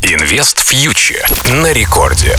Инвест Фьючер на рекорде.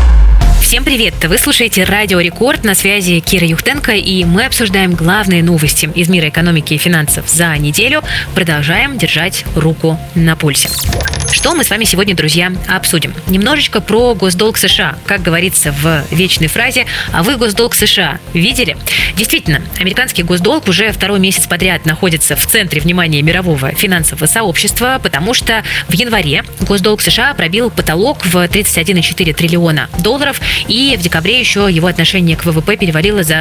Всем привет! Вы слушаете Радио Рекорд, на связи Кира Юхтенко, и мы обсуждаем главные новости из мира экономики и финансов за неделю. Продолжаем держать руку на пульсе. Что мы с вами сегодня, друзья, обсудим? Немножечко про госдолг США. Как говорится в вечной фразе: «А вы госдолг США видели?» Действительно, американский госдолг уже второй месяц подряд находится в центре внимания мирового финансового сообщества, потому что в январе госдолг США пробил потолок в $31,4 триллиона, и в декабре еще его отношение к ВВП перевалило за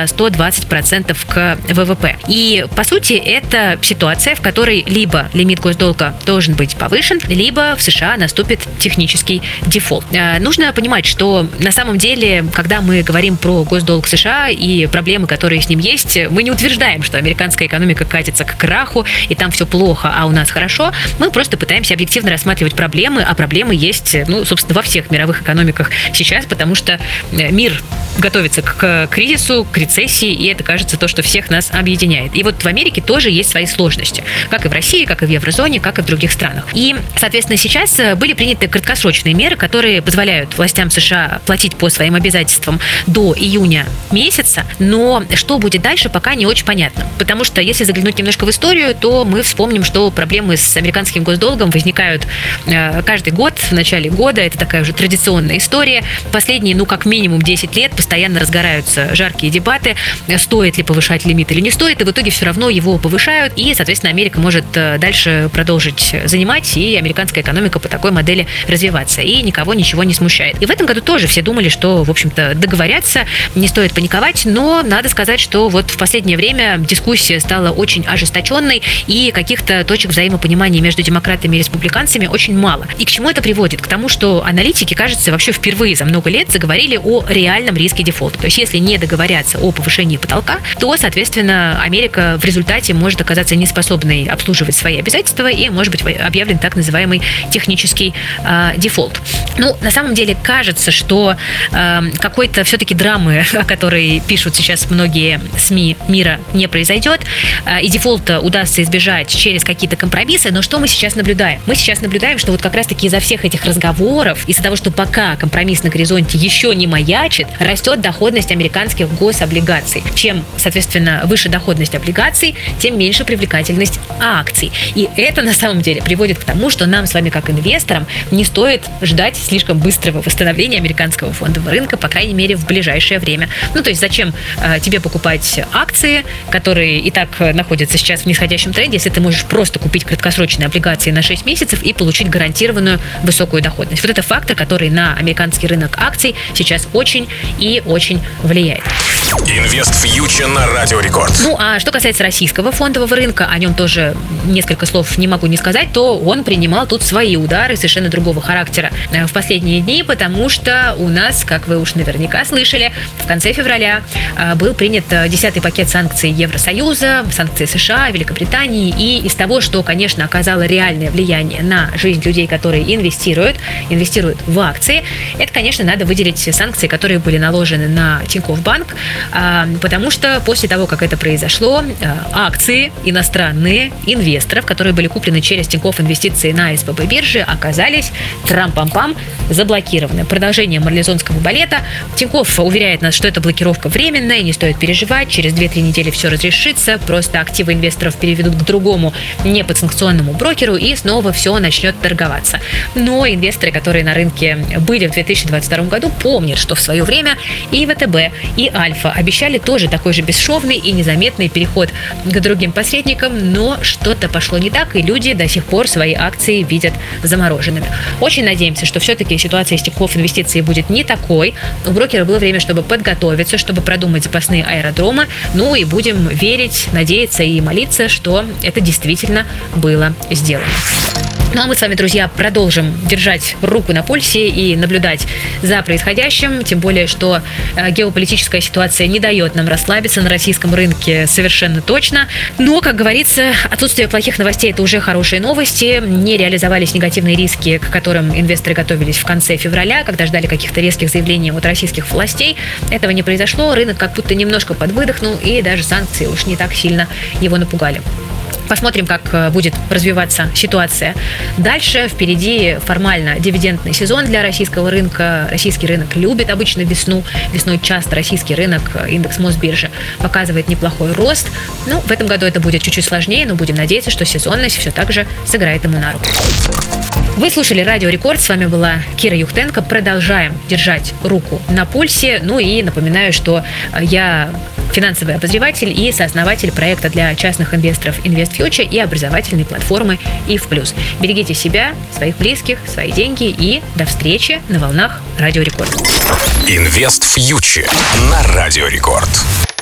120% к ВВП. И, по сути, это ситуация, в которой либо лимит госдолга должен быть повышен, либо в США наступит технический дефолт. Нужно понимать, что на самом деле, когда мы говорим про госдолг США и проблемы, которые с ним есть, мы не утверждаем, что американская экономика катится к краху, и там все плохо, а у нас хорошо. Мы просто пытаемся объективно рассматривать проблемы, а проблемы есть, собственно, во всех мировых экономиках сейчас, потому что мир готовится к кризису, к рецессии, и это, кажется, то, что всех нас объединяет. И вот в Америке тоже есть свои сложности, как и в России, как и в еврозоне, как и в других странах. И, соответственно, сейчас были приняты краткосрочные меры, которые позволяют властям США платить по своим обязательствам до июня месяца, но что будет дальше, пока не очень понятно. Потому что, если заглянуть немножко в историю, то мы вспомним, что проблемы с американским госдолгом возникают каждый год, в начале года. Это такая уже традиционная история. Последние, как минимум 10 лет постоянно разгораются жаркие дебаты, стоит ли повышать лимит или не стоит, и в итоге все равно его повышают, и, соответственно, Америка может дальше продолжить занимать, и американская экономика по такой модели развиваться, и никого ничего не смущает. И в этом году тоже все думали, что, в общем-то, договорятся, не стоит паниковать, но надо сказать, что вот в последнее время дискуссия стала очень ожесточенной, и каких-то точек взаимопонимания между демократами и республиканцами очень мало. И к чему это приводит? К тому, что аналитики, кажется, вообще впервые за много лет заговорили о реальном риске дефолта. То есть, если не договорятся о повышении потолка, то, соответственно, Америка в результате может оказаться неспособной обслуживать свои обязательства и может быть объявлен так называемый технический дефолт. На самом деле, кажется, что какой-то все-таки драмы, о которой пишут сейчас многие СМИ мира, не произойдет, и дефолта удастся избежать через какие-то компромиссы. Но что мы сейчас наблюдаем? Мы сейчас наблюдаем, что вот как раз-таки из-за всех этих разговоров, из-за того, что пока компромисс на горизонте еще не маячит, растет доходность американских гособлигаций. Чем, соответственно, выше доходность облигаций, тем меньше привлекательность акций. И это, на самом деле, приводит к тому, что нам с вами, как инвесторам, не стоит ждать слишком быстрого восстановления американского фондового рынка, по крайней мере, в ближайшее время. То есть, зачем тебе покупать акции, которые и так находятся сейчас в нисходящем тренде, если ты можешь просто купить краткосрочные облигации на 6 месяцев и получить гарантированную высокую доходность. Вот это фактор, который на американский рынок акций сейчас очень и очень влияет. Инвест Фьючер на Радио Рекорд. А что касается российского фондового рынка, о нем тоже несколько слов не могу не сказать, то он принимал тут свои удары совершенно другого характера в последние дни, потому что у нас, как вы уж наверняка слышали, в конце февраля был принят 10-й пакет санкций Евросоюза, санкций США, Великобритании, и из того, что, конечно, оказало реальное влияние на жизнь людей, которые инвестируют в акции, это, конечно, надо выделить санкции, которые были наложены на Тинькофф Банк, потому что после того, как это произошло, акции иностранные инвесторов, которые были куплены через Тинькофф Инвестиции на СПБ бирже, оказались трам-пам-пам заблокированы. Продолжение марлезонского балета. Тинькофф уверяет нас, что эта блокировка временная, не стоит переживать, через 2-3 недели все разрешится, просто активы инвесторов переведут к другому неподсанкционному брокеру, и снова все начнет торговаться. Но инвесторы, которые на рынке были в 2022 году, помнят, что в свое время и ВТБ, и Альфа обещали тоже такой же бесшовный и незаметный переход к другим посредникам, но что-то пошло не так, и люди до сих пор свои акции видят замороженными. Очень надеемся, что все-таки ситуация с Тинькофф Инвестиции будет не такой. У брокера было время, чтобы подготовиться, чтобы продумать запасные аэродромы, и будем верить, надеяться и молиться, что это действительно было сделано. А мы с вами, друзья, продолжим держать руку на пульсе и наблюдать за происходящим, тем более, что геополитическая ситуация не дает нам расслабиться на российском рынке совершенно точно. Но, как говорится, отсутствие плохих новостей – это уже хорошие новости. Не реализовались негативные риски, к которым инвесторы готовились в конце февраля, когда ждали каких-то резких заявлений от российских властей. Этого не произошло, рынок как будто немножко подвыдохнул, и даже санкции уж не так сильно его напугали. Посмотрим, как будет развиваться ситуация дальше. Впереди формально дивидендный сезон для российского рынка. Российский рынок любит обычно весну. Весной часто российский рынок, индекс Мосбиржи, показывает неплохой рост. В этом году это будет чуть-чуть сложнее, но будем надеяться, что сезонность все так же сыграет ему на руку. Вы слушали Радио Рекорд. С вами была Кира Юхтенко. Продолжаем держать руку на пульсе. И напоминаю, что я финансовый обозреватель и сооснователь проекта для частных инвесторов InvestFuture и образовательной платформы IF+. Берегите себя, своих близких, свои деньги и до встречи на волнах Радио Рекорд. InvestFuture на Радио Рекорд.